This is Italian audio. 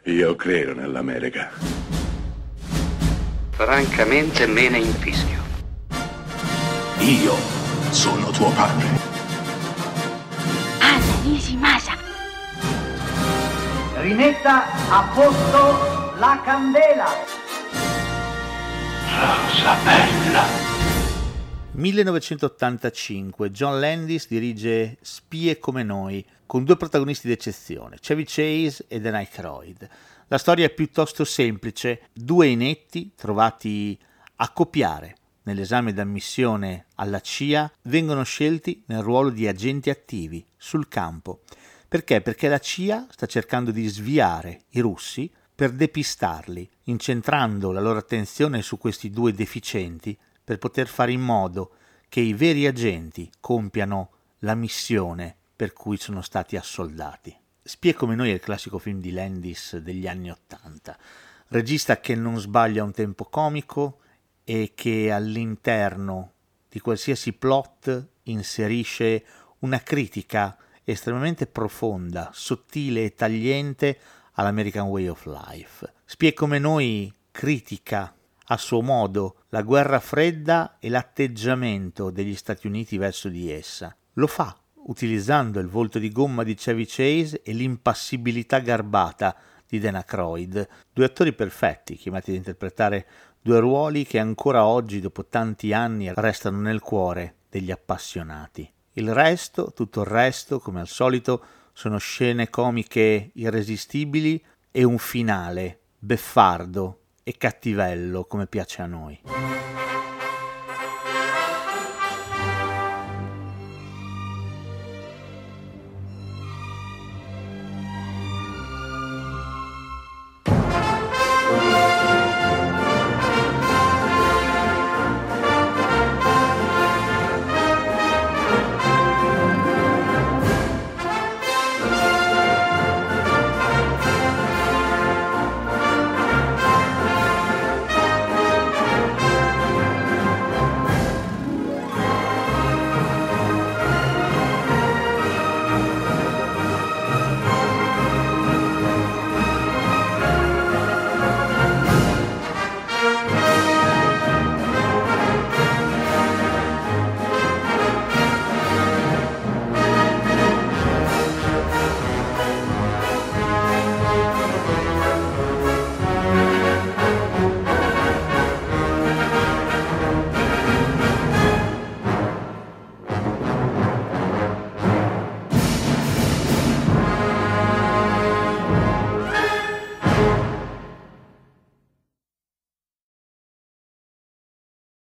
Io credo nell'America. Francamente me ne infischio. Io sono tuo padre. Anna Nishimasa. Rimetta a posto la candela. Rosa bella. 1985, John Landis dirige Spie come noi, con due protagonisti d'eccezione, Chevy Chase e Dan Aykroyd. La storia è piuttosto semplice, due inetti trovati a copiare nell'esame d'ammissione alla CIA vengono scelti nel ruolo di agenti attivi sul campo. Perché? Perché la CIA sta cercando di sviare i russi per depistarli, incentrando la loro attenzione su questi due deficienti per poter fare in modo che i veri agenti compiano la missione per cui sono stati assoldati. Spie come noi è il classico film di Landis degli anni '80, regista che non sbaglia un tempo comico e che all'interno di qualsiasi plot inserisce una critica estremamente profonda, sottile e tagliente all'American Way of Life. Spie come noi critica a suo modo la guerra fredda e l'atteggiamento degli Stati Uniti verso di essa. Lo fa utilizzando il volto di gomma di Chevy Chase e l'impassibilità garbata di Dan Aykroyd, due attori perfetti chiamati ad interpretare due ruoli che ancora oggi, dopo tanti anni, restano nel cuore degli appassionati. Il resto, tutto il resto, come al solito, sono scene comiche irresistibili e un finale beffardo e cattivello come piace a noi.